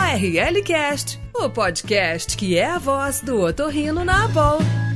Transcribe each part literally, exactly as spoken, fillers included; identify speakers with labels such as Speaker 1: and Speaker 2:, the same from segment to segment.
Speaker 1: R L Cast, o podcast que é a voz do otorrino na Abol.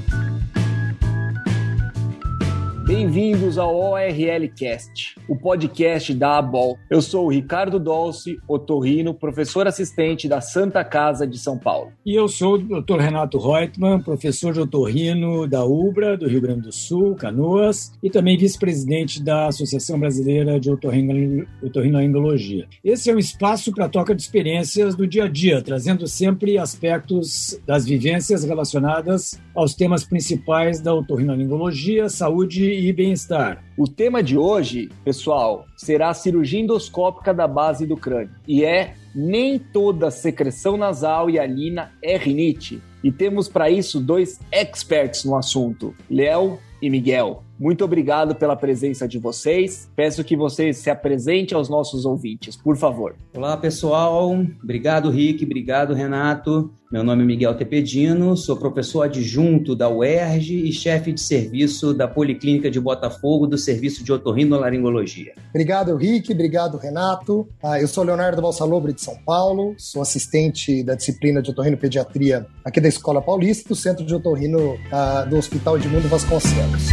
Speaker 2: Bem-vindos ao O R L Cast, o podcast da Abol. Eu sou o Ricardo Dolce, otorrino, professor assistente da Santa Casa de São Paulo.
Speaker 3: E eu sou o doutor Renato Reutemann, professor de otorrino da UBRA, do Rio Grande do Sul, Canoas, e também vice-presidente da Associação Brasileira de Otorrinolaringologia. Esse é um espaço para troca de experiências do dia a dia, trazendo sempre aspectos das vivências relacionadas aos temas principais da otorrinolaringologia, saúde e bem-estar.
Speaker 2: O tema de hoje, pessoal, será a cirurgia endoscópica da base do crânio. E é: nem toda secreção nasal e hialina é rinite. E temos para isso dois experts no assunto, Léo e Miguel. Muito obrigado pela presença de vocês. Peço que vocês se apresentem aos nossos ouvintes, por favor.
Speaker 4: Olá, pessoal. Obrigado, Rick. Obrigado, Renato. Meu nome é Miguel Tepedino, sou professor adjunto da U E R J e chefe de serviço da Policlínica de Botafogo do Serviço de Otorrinolaringologia.
Speaker 5: Obrigado, Rick. Obrigado, Renato. Eu sou Leonardo Balsalobre, de São Paulo. Sou assistente da disciplina de otorrinopediatria aqui da Escola Paulista, do Centro de Otorrino uh, do Hospital Edmundo Vasconcelos.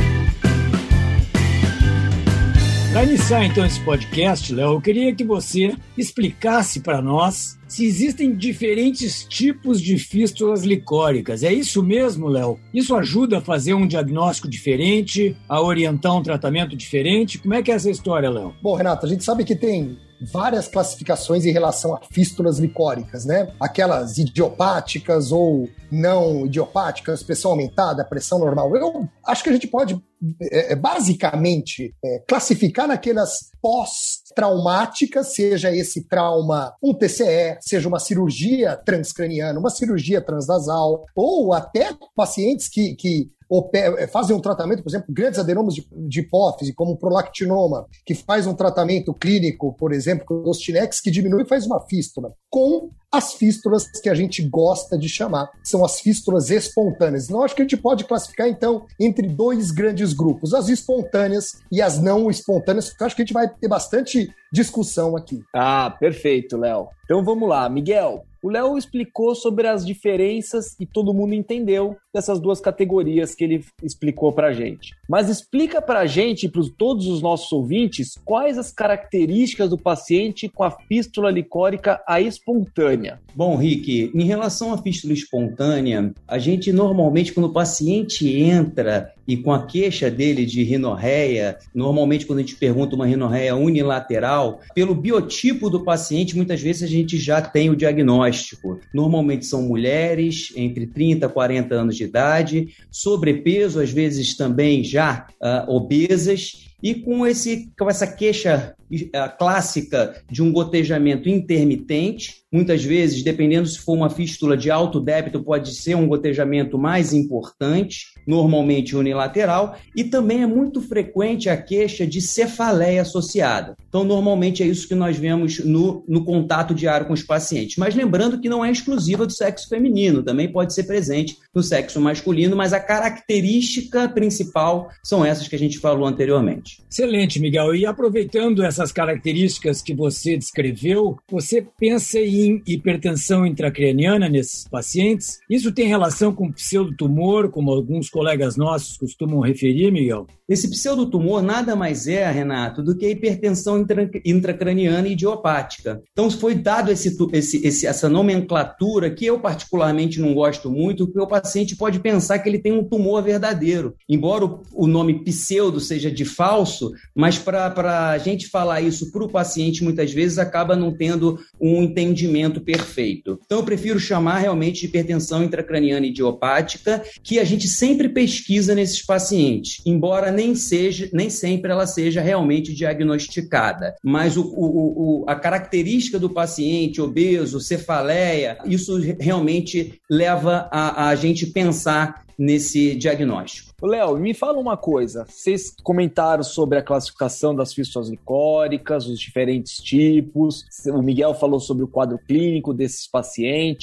Speaker 3: Para iniciar, então, esse podcast, Léo, eu queria que você explicasse para nós se existem diferentes tipos de fístulas licóricas. É isso mesmo, Léo? Isso ajuda a fazer um diagnóstico diferente, a orientar um tratamento diferente? Como é que é essa história, Léo?
Speaker 5: Bom, Renato, a gente sabe que tem várias classificações em relação a fístulas licóricas, né? Aquelas idiopáticas ou não idiopáticas, pressão aumentada, pressão normal. Eu acho que a gente pode, é, basicamente, é, classificar naquelas pós-traumáticas, seja esse trauma um T C E, seja uma cirurgia transcraniana, uma cirurgia transnasal, ou até pacientes que, que fazem um tratamento, por exemplo, grandes adenomas de, de hipófise, como o prolactinoma, que faz um tratamento clínico, por exemplo, com os Tinex, que diminui e faz uma fístula, com as fístulas que a gente gosta de chamar, são as fístulas espontâneas. Então, acho que a gente pode classificar, então, entre dois grandes grupos, as espontâneas e as não espontâneas, porque eu acho que a gente vai ter bastante discussão aqui.
Speaker 2: Ah, perfeito, Léo. Então, vamos lá. Miguel, o Léo explicou sobre as diferenças e todo mundo entendeu dessas duas categorias que ele explicou pra gente. Mas explica pra gente e para todos os nossos ouvintes quais as características do paciente com a fístula licórica a espontânea.
Speaker 4: Bom, Rick, em relação à fístula espontânea, a gente normalmente, quando o paciente entra e com a queixa dele de rinorreia, normalmente quando a gente pergunta uma rinorreia unilateral, pelo biotipo do paciente, muitas vezes a gente já tem o diagnóstico. Normalmente são mulheres entre trinta e quarenta anos de idade, sobrepeso, às vezes também já uh, obesas, e com, esse, com essa queixa uh, clássica de um gotejamento intermitente, muitas vezes, dependendo se for uma fístula de alto débito, pode ser um gotejamento mais importante, normalmente unilateral, e também é muito frequente a queixa de cefaleia associada. Então, normalmente é isso que nós vemos no, no contato diário com os pacientes. Mas lembrando que não é exclusiva do sexo feminino, também pode ser presente no sexo masculino, mas a característica principal são essas que a gente falou anteriormente.
Speaker 3: Excelente, Miguel. E aproveitando essas características que você descreveu, você pensa em hipertensão intracraniana nesses pacientes? Isso tem relação com pseudotumor, como alguns colegas nossos costumam referir, Miguel?
Speaker 4: Esse pseudotumor nada mais é, Renato, do que a hipertensão intra, intracraniana idiopática. Então, foi dado esse, esse, esse, essa nomenclatura que eu particularmente não gosto muito, porque o paciente pode pensar que ele tem um tumor verdadeiro. Embora o, o nome pseudo seja de falso, mas para a gente falar isso para o paciente, muitas vezes acaba não tendo um entendimento perfeito. Então, eu prefiro chamar realmente de hipertensão intracraniana idiopática, que a gente sempre pesquisa nesses pacientes, embora nem, seja, nem sempre ela seja realmente diagnosticada. Mas o, o, o, a característica do paciente obeso, cefaleia, isso realmente leva a, a gente pensar nesse diagnóstico.
Speaker 2: Léo, me fala uma coisa. Vocês comentaram sobre a classificação das fístulas licóricas, os diferentes tipos. O Miguel falou sobre o quadro clínico desses pacientes.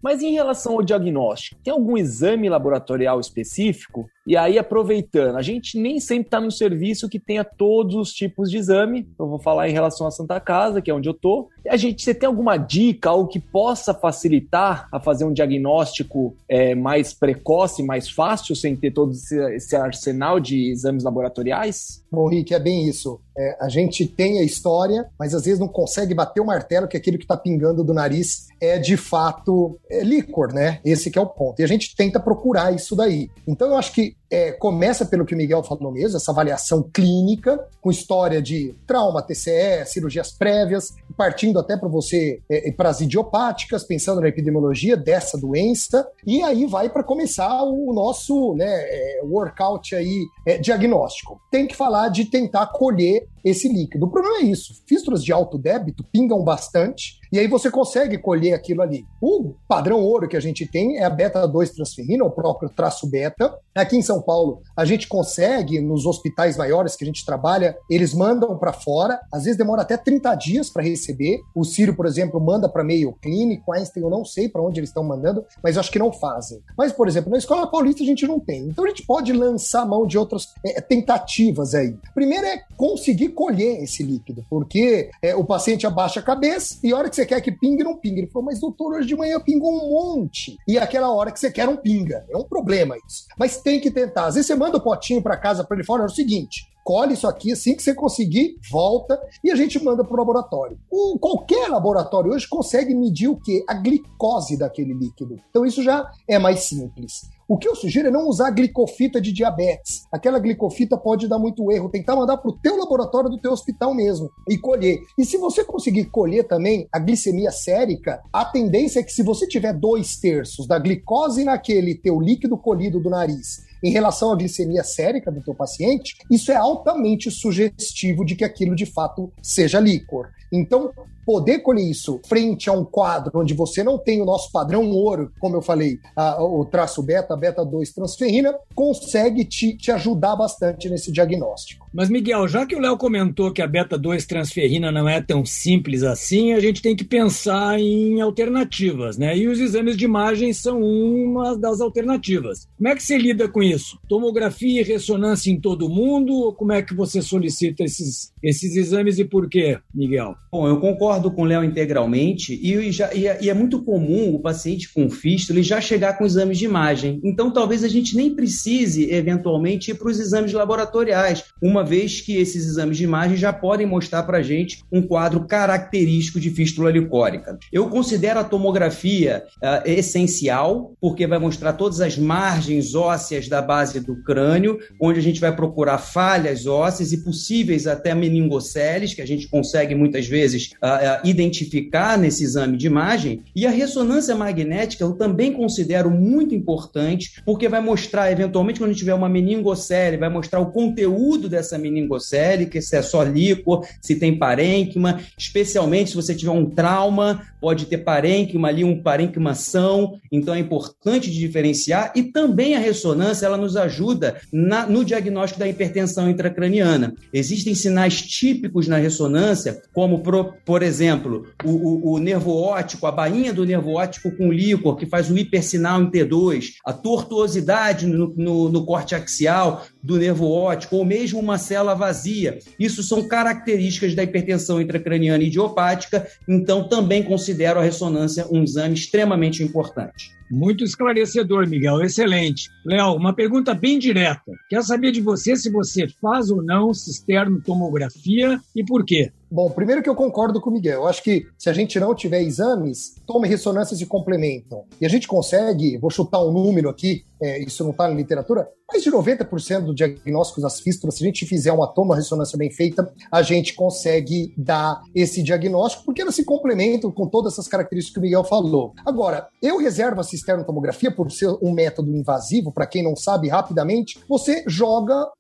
Speaker 2: Mas em relação ao diagnóstico, tem algum exame laboratorial específico? E aí, aproveitando, a gente nem sempre está num serviço que tenha todos os tipos de exame. Eu vou falar em relação à Santa Casa, que é onde eu estou. A gente, você tem alguma dica, algo que possa facilitar a fazer um diagnóstico é, mais precoce, mais fácil, sem ter todo esse, esse arsenal de exames laboratoriais?
Speaker 5: Bom, Rick, é bem isso. É, a gente tem a história, mas às vezes não consegue bater o martelo que aquilo que está pingando do nariz é de fato é líquor, né? Esse que é o ponto. E a gente tenta procurar isso daí. Então eu acho que é, começa pelo que o Miguel falou mesmo, essa avaliação clínica, com história de trauma, T C E, cirurgias prévias, partindo até para você, é, para as idiopáticas, pensando na epidemiologia dessa doença, e aí vai para começar o nosso né, é, workout aí, é, diagnóstico. Tem que falar de tentar colher esse líquido. O problema é isso, fístulas de alto débito pingam bastante, e aí você consegue colher aquilo ali. O padrão ouro que a gente tem é a beta dois transferrina, o próprio traço beta. Aqui em São Paulo, a gente consegue, nos hospitais maiores que a gente trabalha, eles mandam para fora, às vezes demora até trinta dias para receber. O Círio, por exemplo, manda para meio clínico, Einstein eu não sei para onde eles estão mandando, mas eu acho que não fazem. Mas, por exemplo, na Escola Paulista a gente não tem. Então a gente pode lançar a mão de outras é, tentativas aí. Primeiro é conseguir colher esse líquido, porque é, o paciente abaixa a cabeça e a hora que você quer que pingue, não pinga. Ele falou, mas doutor, hoje de manhã pingou um monte. E aquela hora que você quer não pinga. É um problema isso. Mas tem que tentar. Às vezes você manda o potinho para casa para ele falar, é o seguinte, colhe isso aqui, assim que você conseguir, volta e a gente manda para o laboratório. O, qualquer laboratório hoje consegue medir o quê? A glicose daquele líquido. Então isso já é mais simples. O que eu sugiro é não usar glicofita de diabetes. Aquela glicofita pode dar muito erro. Tentar mandar para o teu laboratório do teu hospital mesmo e colher. E se você conseguir colher também a glicemia sérica, a tendência é que se você tiver dois terços da glicose naquele teu líquido colhido do nariz em relação à glicemia sérica do teu paciente, isso é altamente sugestivo de que aquilo de fato seja líquor. Então, poder colher isso frente a um quadro onde você não tem o nosso padrão ouro, como eu falei, a, o traço beta, beta dois transferrina, consegue te, te ajudar bastante nesse diagnóstico.
Speaker 3: Mas, Miguel, já que o Léo comentou que a beta dois transferrina não é tão simples assim, a gente tem que pensar em alternativas, né? E os exames de imagem são uma das alternativas. Como é que você lida com isso? Tomografia e ressonância em todo mundo? Ou como é que você solicita esses, esses exames e por quê, Miguel?
Speaker 4: Bom, eu concordo com o Léo integralmente e, já, e, é, e é muito comum o paciente com fístula já chegar com exames de imagem. Então, talvez a gente nem precise, eventualmente, ir para os exames laboratoriais, uma vez que esses exames de imagem já podem mostrar para a gente um quadro característico de fístula licórica. Eu considero a tomografia uh, essencial, porque vai mostrar todas as margens ósseas da base do crânio, onde a gente vai procurar falhas ósseas e possíveis até meningocéles, que a gente consegue muitas vezes uh, uh, identificar nesse exame de imagem. E a ressonância magnética eu também considero muito importante, porque vai mostrar, eventualmente, quando tiver uma meningocele, vai mostrar o conteúdo dessa meningocele, que se é só líquor, se tem parênquima, especialmente se você tiver um trauma, pode ter parênquima ali, um parênquimação, então é importante de diferenciar. E também a ressonância, ela nos ajuda na, no diagnóstico da hipertensão intracraniana. Existem sinais típicos na ressonância, como, por, por exemplo, o, o, o nervo óptico, a bainha do nervo óptico com líquor, que faz o hipersinal em T dois, a tortuosidade no, no, no corte axial do nervo óptico, ou mesmo uma célula vazia. Isso são características da hipertensão intracraniana idiopática, então também considero a ressonância um exame extremamente importante.
Speaker 3: Muito esclarecedor, Miguel. Excelente. Léo, uma pergunta bem direta. Quero saber de você se você faz ou não cisternotomografia e por quê?
Speaker 5: Bom, primeiro que eu concordo com o Miguel. Eu acho que se a gente não tiver exames, tome ressonâncias se complementam. E a gente consegue, vou chutar um número aqui, é, isso não está na literatura, mais de noventa por cento do diagnóstico das fístulas, se a gente fizer uma tomoressonância bem feita, a gente consegue dar esse diagnóstico, porque elas se complementam com todas essas características que o Miguel falou. Agora, eu reservo a cisternotomografia por ser um método invasivo, para quem não sabe, rapidamente, você joga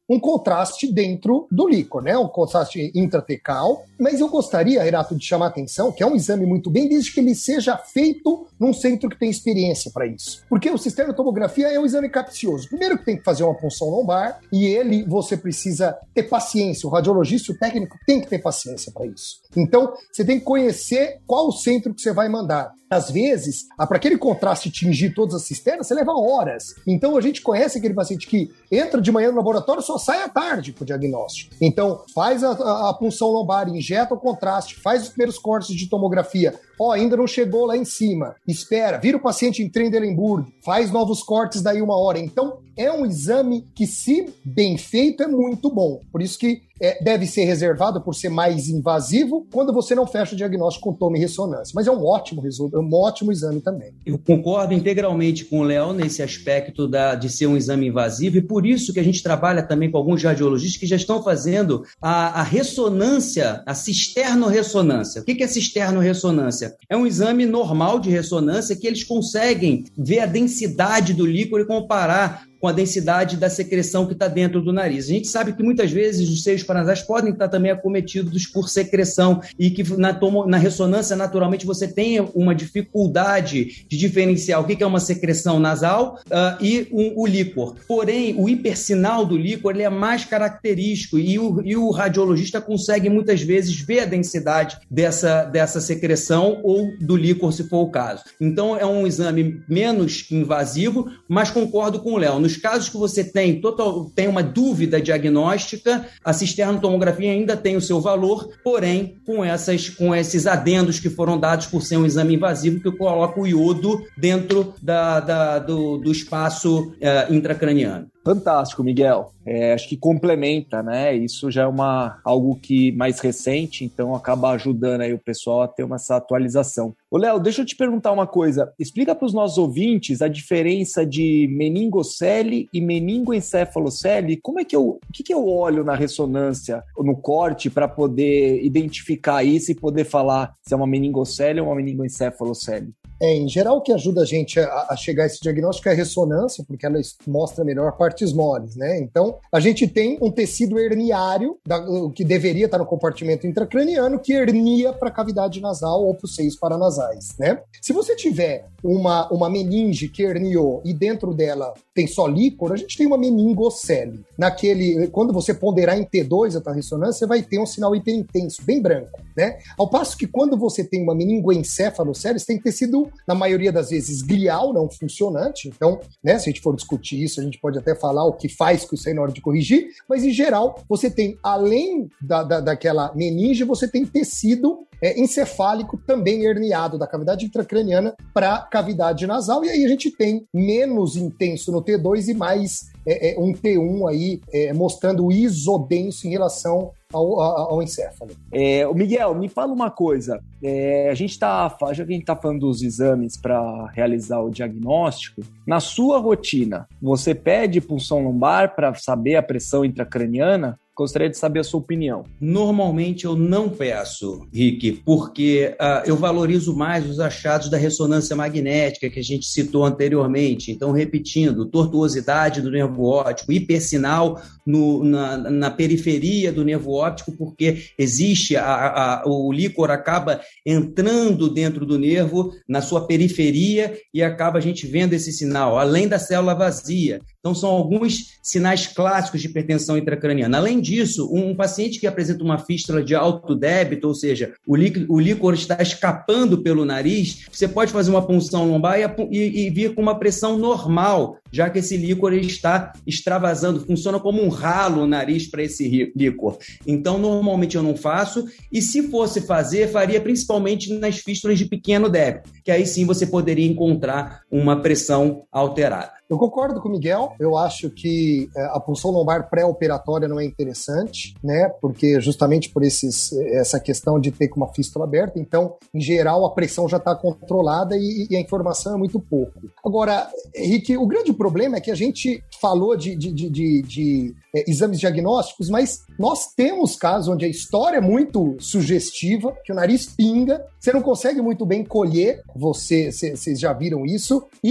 Speaker 5: um contraste dentro do líquor, né? Um contraste intratecal. Mas eu gostaria, Renato, de chamar a atenção que é um exame muito bem, desde que ele seja feito num centro que tem experiência para isso. Porque o cisternotomografia é um exame capcioso. Primeiro que tem que fazer uma punção lombar e ele, você precisa ter paciência. O radiologista, o técnico, tem que ter paciência para isso. Então, você tem que conhecer qual o centro que você vai mandar. Às vezes, para aquele contraste tingir todas as cisternas, você leva horas. Então, a gente conhece aquele paciente que entra de manhã no laboratório e só sai à tarde para o diagnóstico. Então, faz a, a, a punção lombar, injeta o contraste, faz os primeiros cortes de tomografia. Ó, oh, ainda não chegou lá em cima. Espera, vira o paciente em Trendelenburg, faz novos cortes daí uma hora. Então, é um exame que, se bem feito, é muito bom. Por isso que é, deve ser reservado por ser mais invasivo quando você não fecha o diagnóstico com toma e ressonância. Mas é um ótimo resultado, é um ótimo exame também.
Speaker 4: Eu concordo integralmente com o Léo nesse aspecto da, de ser um exame invasivo, e por isso que a gente trabalha também com alguns radiologistas que já estão fazendo a, a ressonância, a cisternorressonância. O que é cisternorressonância? É um exame normal de ressonância que eles conseguem ver a densidade do líquor e comparar com a densidade da secreção que está dentro do nariz. A gente sabe que muitas vezes os seios paranasais podem estar também acometidos por secreção e que na, tomo, na ressonância, naturalmente, você tem uma dificuldade de diferenciar o que é uma secreção nasal uh, e um, o líquor. Porém, o hipersinal do líquor ele é mais característico e o, e o radiologista consegue muitas vezes ver a densidade dessa, dessa secreção ou do líquor, se for o caso. Então, é um exame menos invasivo, mas concordo com o Léo. Nos casos que você tem, total, tem uma dúvida diagnóstica, a cisternotomografia ainda tem o seu valor, porém, com, essas, com esses adendos que foram dados por ser um exame invasivo, que coloca o iodo dentro da, da, do, do espaço uh, intracraniano.
Speaker 2: Fantástico, Miguel. É, acho que complementa, né? Isso já é uma, algo que mais recente, então acaba ajudando aí o pessoal a ter uma, essa atualização. Ô, Léo, deixa eu te perguntar uma coisa. Explica para os nossos ouvintes a diferença de meningocele e meningoencefalocele. Como é que eu, o que, que eu olho na ressonância, no corte, para poder identificar isso e poder falar se é uma meningocele ou uma meningoencefalocele?
Speaker 5: É, em geral, o que ajuda a gente a, a chegar a esse diagnóstico é a ressonância, porque ela mostra melhor partes moles, né? Então, a gente tem um tecido herniário, da, que deveria estar no compartimento intracraniano, que hernia para a cavidade nasal ou para os seios paranasais, né? Se você tiver uma, uma meninge que herniou e dentro dela tem só líquor, a gente tem uma meningocele. Naquele, quando você ponderar em T dois a tua ressonância, você vai ter um sinal hiperintenso, bem branco, né? Ao passo que quando você tem uma meningoencefalocele, você tem tecido, na maioria das vezes, glial, não funcionante. Então, né, se a gente for discutir isso, a gente pode até falar o que faz com isso aí na hora de corrigir, mas em geral, você tem, além da, da, daquela meninge, você tem tecido é, encefálico também herniado da cavidade intracraniana para a cavidade nasal, e aí a gente tem menos intenso no T dois e mais é, é, um T um aí é, mostrando o isodenso em relação Ao, ao encéfalo.
Speaker 2: É, Miguel, me fala uma coisa. É, a gente está, já que a gente está falando dos exames para realizar o diagnóstico, na sua rotina, você pede punção lombar para saber a pressão intracraniana? Gostaria de saber a sua opinião.
Speaker 4: Normalmente eu não peço, Rick, porque uh, eu valorizo mais os achados da ressonância magnética que a gente citou anteriormente. Então, repetindo, tortuosidade do nervo óptico, hipersinal no, na, na periferia do nervo óptico, porque existe, a, a, o líquor acaba entrando dentro do nervo, na sua periferia, e acaba a gente vendo esse sinal, além da célula vazia. Então, são alguns sinais clássicos de hipertensão intracraniana. Além disso, um paciente que apresenta uma fístula de alto débito, ou seja, o líquor, o líquor está escapando pelo nariz, você pode fazer uma punção lombar e, e, e vir com uma pressão normal, já que esse líquor está extravasando, funciona como um ralo o nariz para esse líquor. Então, normalmente eu não faço, e se fosse fazer, faria principalmente nas fístulas de pequeno débito, que aí sim você poderia encontrar uma pressão alterada.
Speaker 5: Eu concordo com o Miguel, eu acho que a punção lombar pré-operatória não é interessante, né? Porque justamente por esses, essa questão de ter uma fístula aberta, então, em geral, a pressão já está controlada e, e a informação é muito pouco. Agora, Henrique, o grande problema é que a gente falou de, de, de, de, de é, exames diagnósticos, mas nós temos casos onde a história é muito sugestiva, que o nariz pinga, você não consegue muito bem colher, você, vocês já viram isso, e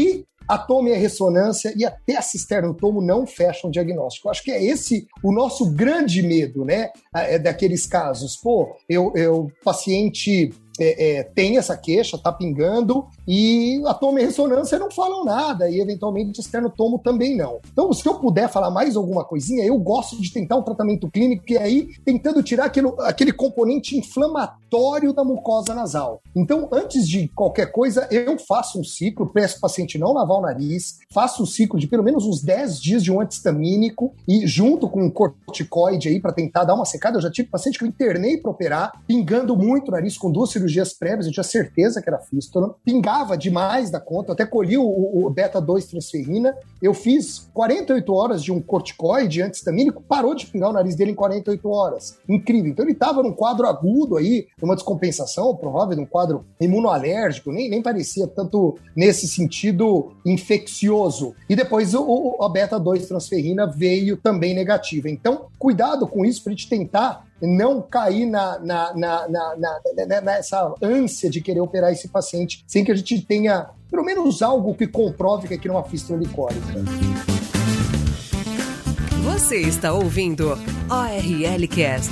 Speaker 5: a tomo e a ressonância e até a cisternotomo não fecham o diagnóstico. Eu acho que é esse o nosso grande medo, né? É daqueles casos. Pô, eu, eu paciente... É, é, tem essa queixa, tá pingando, e a tomo e ressonância não falam nada, e eventualmente cisternotomo também não. Então, se eu puder falar mais alguma coisinha, eu gosto de tentar um tratamento clínico, e aí tentando tirar aquele, aquele componente inflamatório da mucosa nasal. Então, antes de qualquer coisa, eu faço um ciclo, peço o paciente não lavar o nariz, faço um ciclo de pelo menos uns dez dias de um antihistamínico, e junto com um corticoide aí para tentar dar uma secada. Eu já tive paciente que eu internei para operar, pingando muito o nariz com duas cirurgias prévias, eu tinha certeza que era fístula, pingava demais da conta, eu até colhi o, o beta dois transferrina, eu fiz quarenta e oito horas de um corticoide antihistamínico, parou de pingar o nariz dele em quarenta e oito horas. Incrível. Então ele estava num quadro agudo aí, numa descompensação provável, num quadro imunoalérgico, nem, nem parecia tanto nesse sentido infeccioso. E depois o, o, a beta dois transferrina veio também negativa. Então, cuidado com isso para a gente tentar não cair na, na, na, na, na, nessa ânsia de querer operar esse paciente sem que a gente tenha pelo menos algo que comprove que aqui não é uma fístula licórica.
Speaker 1: Você está ouvindo O R L Cast.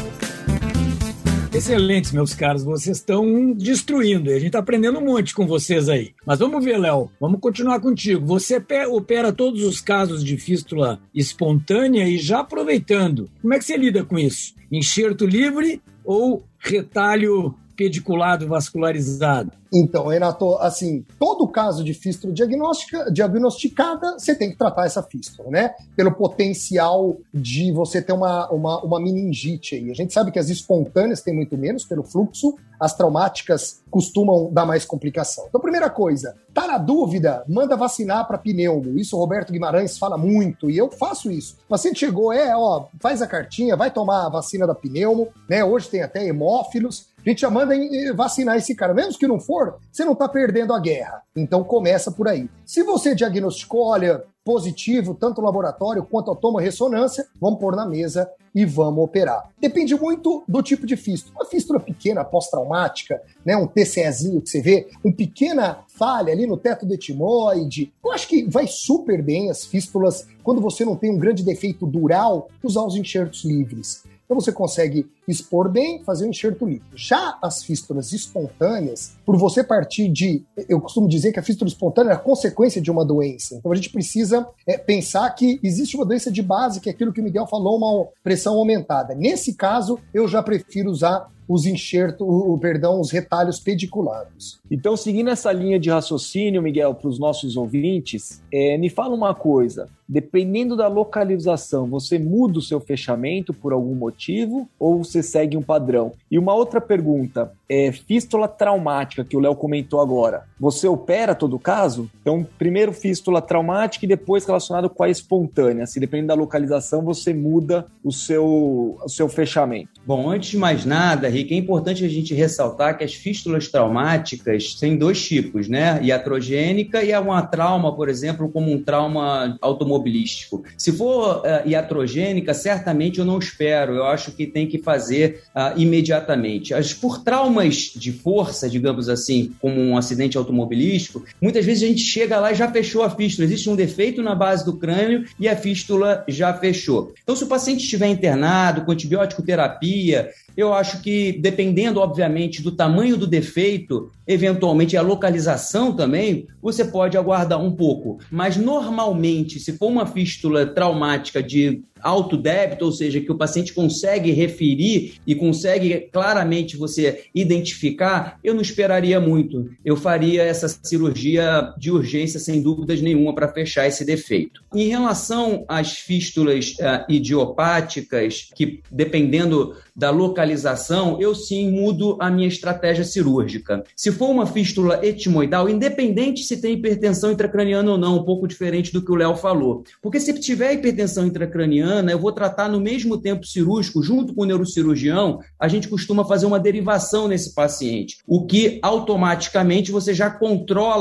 Speaker 3: Excelentes, meus caros, vocês estão destruindo, a gente está aprendendo um monte com vocês aí. Mas vamos ver, Léo, vamos continuar contigo. Você opera todos os casos de fístula espontânea e já aproveitando, como é que você lida com isso? Enxerto livre ou retalho pediculado vascularizado?
Speaker 5: Então, Renato, assim, todo caso de fístula diagnóstica, diagnosticada, você tem que tratar essa fístula, né? Pelo potencial de você ter uma, uma, uma meningite aí. A gente sabe que as espontâneas têm muito menos pelo fluxo, as traumáticas costumam dar mais complicação. Então, primeira coisa, tá na dúvida, manda vacinar para pneumo. Isso o Roberto Guimarães fala muito, e eu faço isso. O paciente chegou, é, ó, faz a cartinha, vai tomar a vacina da pneumo, né? Hoje tem até hemófilos. A gente já manda vacinar esse cara. Mesmo que não for, você não está perdendo a guerra. Então começa por aí. Se você diagnosticou, olha, positivo, tanto no laboratório quanto a toma ressonância, vamos pôr na mesa e vamos operar. Depende muito do tipo de fístula. Uma fístula pequena, pós-traumática, né, um T C Ezinho que você vê, uma pequena falha ali no teto do etimoide. Eu acho que vai super bem as fístulas, quando você não tem um grande defeito dural, usar os enxertos livres. Então você consegue expor bem, fazer um enxerto livre. Já as fístulas espontâneas, por você partir de... Eu costumo dizer que a fístula espontânea é a consequência de uma doença. Então a gente precisa é, pensar que existe uma doença de base, que é aquilo que o Miguel falou, uma pressão aumentada. Nesse caso, eu já prefiro usar os enxertos, o, perdão, os retalhos pediculados.
Speaker 2: Então, seguindo essa linha de raciocínio, Miguel, para os nossos ouvintes, é, me fala uma coisa. Dependendo da localização, você muda o seu fechamento por algum motivo ou você segue um padrão? E uma outra pergunta, é, fístula traumática, que o Léo comentou agora, você opera todo caso? Então, primeiro fístula traumática e depois relacionado com a espontânea. Se dependendo da localização, você muda o seu, o seu fechamento.
Speaker 4: Bom, antes de mais nada, Rick, é importante a gente ressaltar que as fístulas traumáticas têm dois tipos, né? Iatrogênica e uma trauma, por exemplo, como um trauma automobilístico. Se for uh, iatrogênica, certamente eu não espero. Eu acho que tem que fazer uh, imediatamente. As por traumas de força, digamos assim, como um acidente automobilístico, muitas vezes a gente chega lá e já fechou a fístula. Existe um defeito na base do crânio e a fístula já fechou. Então, se o paciente estiver internado com antibiótico terapia, eu acho que, dependendo, obviamente, do tamanho do defeito, eventualmente a localização também, você pode aguardar um pouco. Mas, normalmente, se for uma fístula traumática de alto débito, ou seja, que o paciente consegue referir e consegue claramente você identificar, eu não esperaria muito. Eu faria essa cirurgia de urgência, sem dúvidas nenhuma, para fechar esse defeito. Em relação às fístulas uh, idiopáticas, que dependendo da localização, eu sim mudo a minha estratégia cirúrgica. Se for uma fístula etimoidal, independente se tem hipertensão intracraniana ou não, um pouco diferente do que o Léo falou. Porque se tiver hipertensão intracraniana, eu vou tratar no mesmo tempo cirúrgico, junto com o neurocirurgião, a gente costuma fazer uma derivação nesse paciente, o que automaticamente você já controla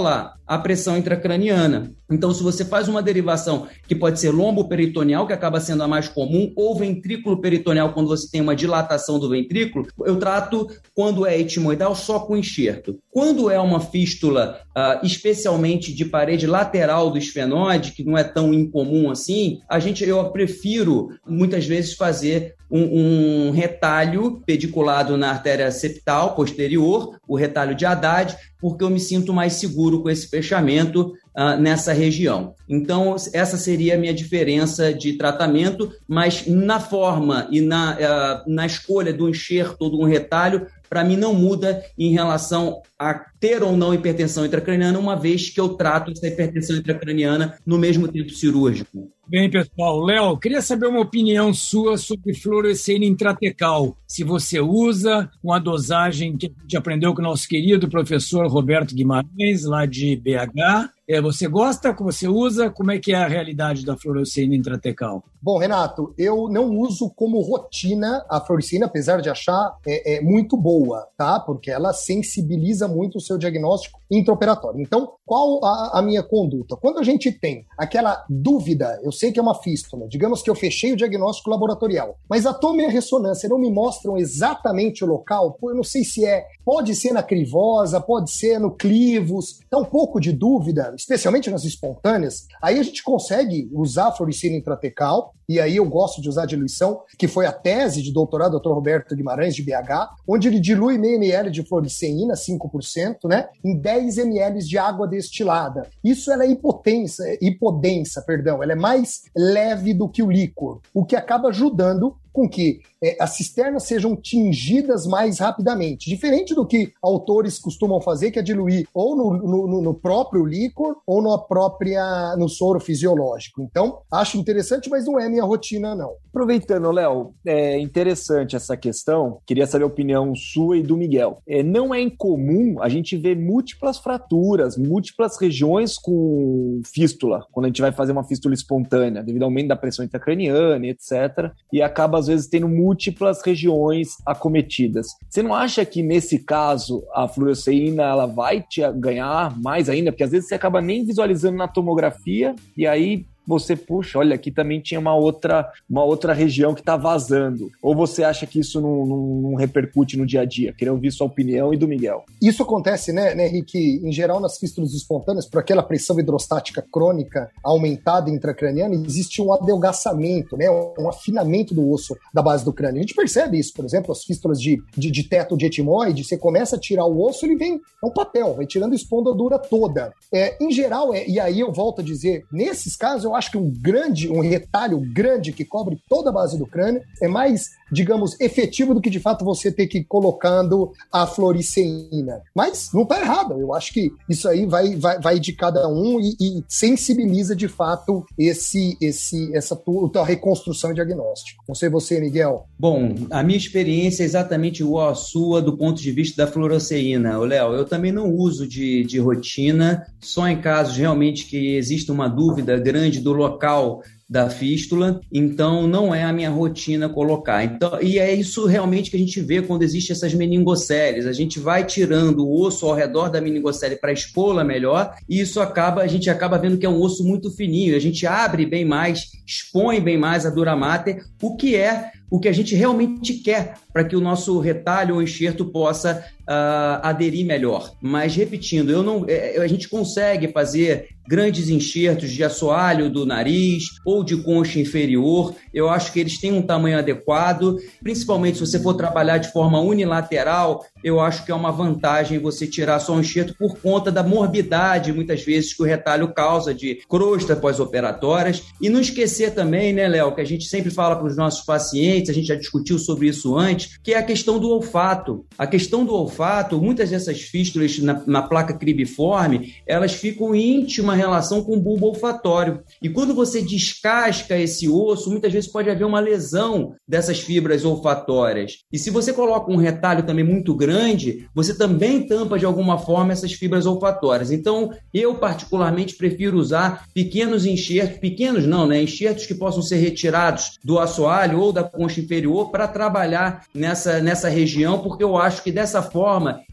Speaker 4: a pressão intracraniana. Então, se você faz uma derivação que pode ser lomboperitoneal, que acaba sendo a mais comum, ou ventrículo peritoneal, quando você tem uma dilatação do ventrículo, eu trato, quando é etimoidal, só com enxerto. Quando é uma fístula, uh, especialmente de parede lateral do esfenóide, que não é tão incomum assim, a gente, eu prefiro, muitas vezes, fazer um, um retalho pediculado na artéria septal posterior, o retalho de Haddad, porque eu me sinto mais seguro com esse fechamento uh, nessa região. Então, essa seria a minha diferença de tratamento, mas na forma e na, uh, na escolha do enxerto ou de um retalho, para mim não muda em relação a ter ou não hipertensão intracraniana, uma vez que eu trato essa hipertensão intracraniana no mesmo tempo cirúrgico.
Speaker 3: Bem, pessoal. Léo, queria saber uma opinião sua sobre fluoresceína intratecal. Se você usa uma dosagem que a gente aprendeu com o nosso querido professor Roberto Guimarães, lá de B H. É, você gosta? Você usa? Como é que é a realidade da fluoresceína intratecal?
Speaker 5: Bom, Renato, eu não uso como rotina a fluoresceína, apesar de achar é, é muito boa, tá? Porque ela sensibiliza muito o seu diagnóstico intraoperatório. Então, qual a, a minha conduta? Quando a gente tem aquela dúvida, eu sei que é uma fístula, digamos que eu fechei o diagnóstico laboratorial, mas a toma e a ressonância não me mostram exatamente o local, pô, eu não sei se é, pode ser na crivosa, pode ser no clivus, tá um pouco de dúvida, especialmente nas espontâneas, aí a gente consegue usar a fluoresceína intratecal, e aí eu gosto de usar a diluição, que foi a tese de doutorado do doutor Roberto Guimarães, de B H, onde ele dilui meio ml de fluoresceína, cinco por cento, né, em dez mililitros de água destilada. Isso ela é hipotensa, hipodensa, perdão, ela é mais leve do que o líquor, o que acaba ajudando com que é, as cisternas sejam tingidas mais rapidamente. Diferente do que autores costumam fazer, que é diluir ou no, no, no próprio líquor ou na própria, no soro fisiológico. Então, acho interessante, mas não é minha rotina, não.
Speaker 2: Aproveitando, Léo, é interessante essa questão, queria saber a opinião sua e do Miguel. É, não é incomum a gente ver múltiplas fraturas, múltiplas regiões com fístula, quando a gente vai fazer uma fístula espontânea, devido ao aumento da pressão intracraniana, etcétera, e acaba, às vezes, tendo múltiplas regiões acometidas. Você não acha que, nesse caso, a fluoresceína ela vai te ganhar mais ainda? Porque, às vezes, você acaba nem visualizando na tomografia e aí você, puxa, olha, aqui também tinha uma outra, uma outra região que está vazando. Ou você acha que isso não, não, não repercute no dia a dia? Queria ouvir sua opinião e do Miguel.
Speaker 5: Isso acontece, né, né, Henrique, em geral nas fístulas espontâneas, por aquela pressão hidrostática crônica aumentada intracraniana, existe um adelgaçamento, né, um afinamento do osso da base do crânio. A gente percebe isso, por exemplo, as fístulas de, de, de teto de etimoide, você começa a tirar o osso, ele vem, é um papel, vai tirando a espondadura toda. É, em geral, é, e aí eu volto a dizer, nesses casos eu acho que um grande, um retalho grande que cobre toda a base do crânio é mais, digamos, efetivo do que de fato você ter que ir colocando a fluoresceína. Mas não está errado, eu acho que isso aí vai, vai, vai de cada um e, e sensibiliza de fato esse, esse, essa tua, tua reconstrução diagnóstica. Não sei você, Miguel.
Speaker 4: Bom, a minha experiência é exatamente igual à sua do ponto de vista da fluoresceína. Léo, eu também não uso de, de rotina, só em casos realmente que existe uma dúvida grande do local da fístula, então não é a minha rotina colocar. Então, e é isso realmente que a gente vê quando existem essas meningocélias. A gente vai tirando o osso ao redor da meningocele para expô-la melhor, e isso acaba, a gente acaba vendo que é um osso muito fininho, a gente abre bem mais, expõe bem mais a dura mater, o que é o que a gente realmente quer para que o nosso retalho ou enxerto possa uh, aderir melhor. Mas, repetindo, eu não, a gente consegue fazer grandes enxertos de assoalho do nariz ou de concha inferior. Eu acho que eles têm um tamanho adequado, principalmente se você for trabalhar de forma unilateral, eu acho que é uma vantagem você tirar só um enxerto por conta da morbidade, muitas vezes, que o retalho causa de crosta pós-operatórias. E não esquecer também, né, Léo, que a gente sempre fala para os nossos pacientes, a gente já discutiu sobre isso antes, que é a questão do olfato. A questão do olfato, muitas dessas fístulas na, na placa cribiforme, elas ficam em íntima relação com o bulbo olfatório. E quando você descasca esse osso, muitas vezes pode haver uma lesão dessas fibras olfatórias. E se você coloca um retalho também muito grande, você também tampa de alguma forma essas fibras olfatórias. Então, eu particularmente prefiro usar pequenos enxertos, pequenos não, né? Enxertos que possam ser retirados do assoalho ou da concha inferior para trabalhar nessa, nessa região, porque eu acho que dessa forma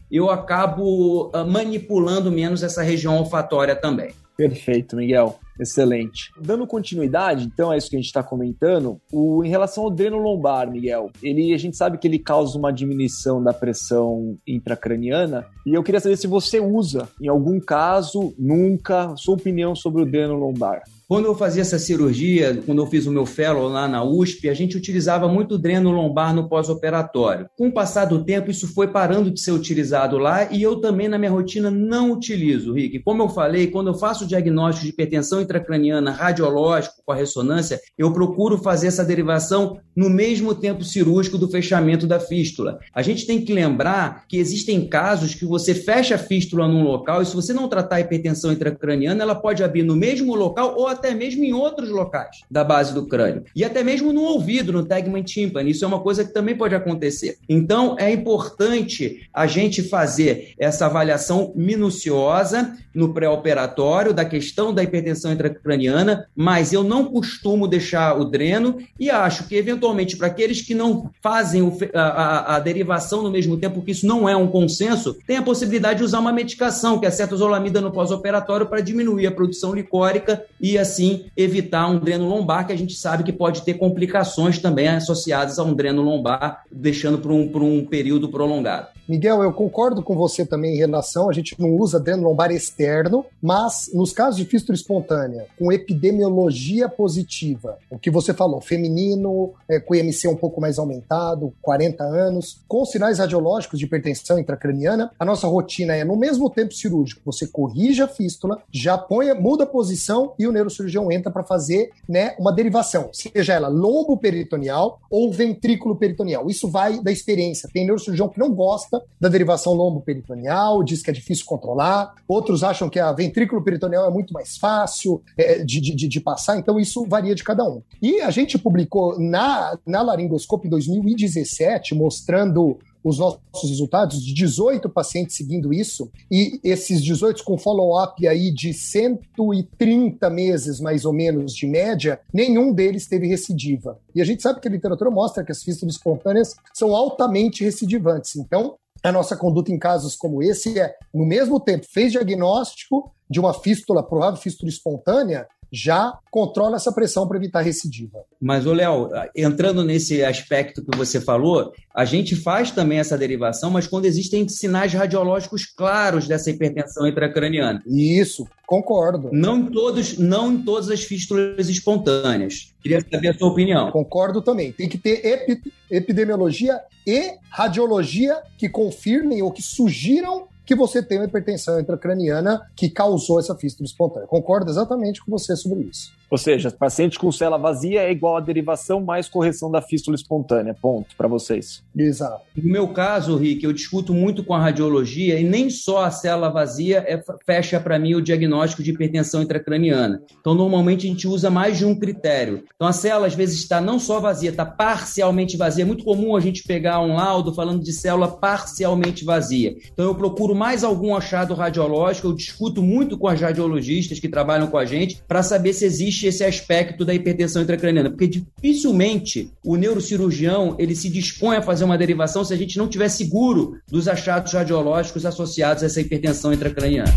Speaker 4: eu acabo uh, manipulando menos essa região olfatória também.
Speaker 2: Perfeito, Miguel. Excelente. Dando continuidade, então, é isso que a gente está comentando. O, em relação ao dreno lombar, Miguel, ele, a gente sabe que ele causa uma diminuição da pressão intracraniana e eu queria saber se você usa, em algum caso, nunca, sua opinião sobre o dreno lombar.
Speaker 4: Quando eu fazia essa cirurgia, quando eu fiz o meu fellow lá na U S P, a gente utilizava muito o dreno lombar no pós-operatório. Com o passar do tempo, isso foi parando de ser utilizado lá e eu também, na minha rotina, não utilizo, Rick. Como eu falei, quando eu faço o diagnóstico de hipertensão intracraniana radiológico com a ressonância, eu procuro fazer essa derivação no mesmo tempo cirúrgico do fechamento da fístula. A gente tem que lembrar que existem casos que você fecha a fístula num local e se você não tratar a hipertensão intracraniana, ela pode abrir no mesmo local ou até mesmo em outros locais da base do crânio. E até mesmo no ouvido, no tegmen tympani. Isso é uma coisa que também pode acontecer. Então, é importante a gente fazer essa avaliação minuciosa no pré-operatório da questão da hipertensão intracraniana, mas eu não costumo deixar o dreno e acho que, eventualmente, para aqueles que não fazem o, a, a, a derivação no mesmo tempo, porque isso não é um consenso, tem a possibilidade de usar uma medicação, que é a cetozolamida no pós-operatório, para diminuir a produção licórica e, assim, evitar um dreno lombar, que a gente sabe que pode ter complicações também associadas a um dreno lombar, deixando por um, por um período prolongado.
Speaker 5: Miguel, eu concordo com você também em relação, a gente não usa dreno lombar externo, mas nos casos de fístula espontânea, com epidemiologia positiva, o que você falou, feminino, é, com I M C um pouco mais aumentado, quarenta anos, com sinais radiológicos de hipertensão intracraniana, a nossa rotina é, no mesmo tempo cirúrgico, você corrige a fístula, já põe, muda a posição e o neurocirurgião entra para fazer, né, uma derivação, seja ela lombo-peritoneal ou ventrículo-peritoneal. Isso vai da experiência. Tem neurocirurgião que não gosta da derivação lombo-peritoneal, diz que é difícil controlar, outros acham que a ventrículo-peritoneal é muito mais fácil é, de, de, de passar, então isso varia de cada um. E a gente publicou na, na Laringoscopy em dois mil e dezessete, mostrando os nossos resultados de dezoito pacientes seguindo isso, e esses dezoito com follow-up aí de cento e trinta meses, mais ou menos, de média, nenhum deles teve recidiva. E a gente sabe que a literatura mostra que as fístulas espontâneas são altamente recidivantes. Então, a nossa conduta em casos como esse é, no mesmo tempo, fez diagnóstico de uma fístula, provável fístula espontânea, já controla essa pressão para evitar recidiva.
Speaker 4: Mas, ô Léo, entrando nesse aspecto que você falou, a gente faz também essa derivação, mas quando existem sinais radiológicos claros dessa hipertensão intracraniana.
Speaker 5: Isso, concordo.
Speaker 4: Não em, todos, não em todas as fístulas espontâneas. Queria saber a sua opinião.
Speaker 5: Concordo também. Tem que ter epi- epidemiologia e radiologia que confirmem ou que sugiram que você tem uma hipertensão intracraniana que causou essa fístula espontânea. Concordo exatamente com você sobre isso.
Speaker 2: Ou seja, paciente com célula vazia é igual a derivação mais correção da fístula espontânea. Ponto para vocês.
Speaker 5: Exato.
Speaker 4: No meu caso, Rick, eu discuto muito com a radiologia e nem só a célula vazia é, fecha para mim o diagnóstico de hipertensão intracraniana. Então, normalmente a gente usa mais de um critério. Então, a célula às vezes está não só vazia, está parcialmente vazia. É muito comum a gente pegar um laudo falando de célula parcialmente vazia. Então, eu procuro mais algum achado radiológico, eu discuto muito com as radiologistas que trabalham com a gente para saber se existe esse aspecto da hipertensão intracraniana, porque dificilmente o neurocirurgião ele se dispõe a fazer uma derivação se a gente não tiver seguro dos achados radiológicos associados a essa hipertensão intracraniana.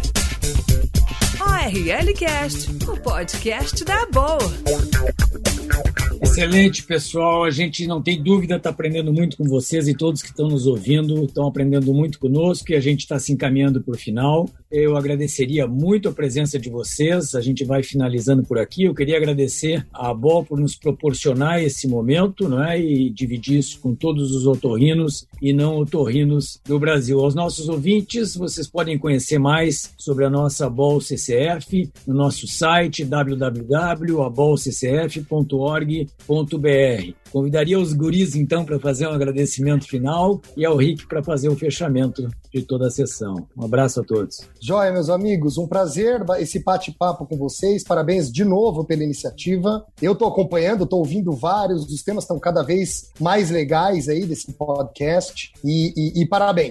Speaker 1: O R L Cast, o podcast da boa.
Speaker 3: Excelente, pessoal. A gente não tem dúvida, está aprendendo muito com vocês e todos que estão nos ouvindo estão aprendendo muito conosco e a gente está se encaminhando para o final. Eu agradeceria muito a presença de vocês. A gente vai finalizando por aqui. Eu queria agradecer a ABOL por nos proporcionar esse momento, não é? E dividir isso com todos os otorrinos e não otorrinos do Brasil. Aos nossos ouvintes, vocês podem conhecer mais sobre a nossa ABOL C C F no nosso site w w w ponto a b o l c c f ponto org ponto b r. Convidaria os guris, então, para fazer um agradecimento final e ao Rick para fazer o fechamento de toda a sessão. Um abraço a todos.
Speaker 5: Joia, meus amigos, um prazer esse bate-papo com vocês. Parabéns de novo pela iniciativa. Eu estou acompanhando, estou ouvindo vários, os temas estão cada vez mais legais aí desse podcast e, e, e parabéns.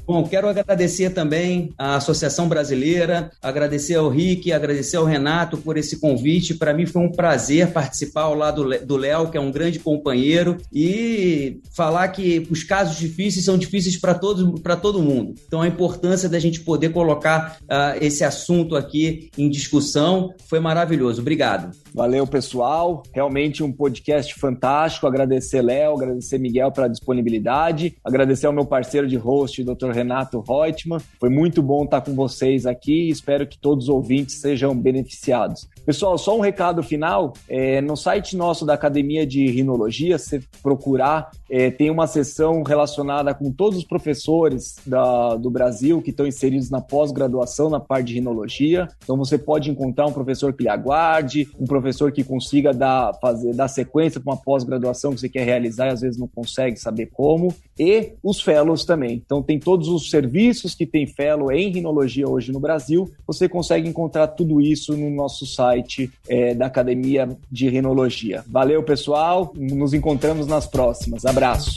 Speaker 4: Bom, quero agradecer também à Associação Brasileira, agradecer ao Rick, agradecer ao Renato por esse convite. Para mim foi um prazer participar ao lado do Léo, que é um grande companheiro, e falar que os casos difíceis são difíceis para todos, para todo mundo. Então a importância da gente poder colocar uh, esse assunto aqui em discussão foi maravilhoso. Obrigado.
Speaker 2: Valeu, pessoal. Realmente um podcast fantástico. Agradecer Léo, agradecer Miguel pela disponibilidade, agradecer ao meu parceiro de host, doutor Renato Reutemann. Foi muito bom estar com vocês aqui e espero que todos os ouvintes sejam beneficiados. Pessoal, só um recado final. É, no site nosso da Academia de Rinologia, se você procurar, é, tem uma seção relacionada com todos os professores da, do Brasil que estão inseridos na pós-graduação na parte de rinologia. Então você pode encontrar um professor que lhe aguarde, um professor que consiga dar, fazer, dar sequência para uma pós-graduação que você quer realizar e às vezes não consegue saber como. E os fellows também. Então tem todos os serviços que tem fellow em rinologia hoje no Brasil. Você consegue encontrar tudo isso no nosso site é, da Academia de Rinologia. Valeu, pessoal. Nos encontramos nas próximas. Abraço.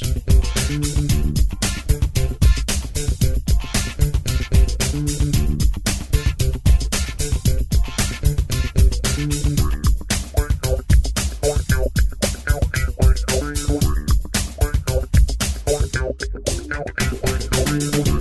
Speaker 6: We'll be right back.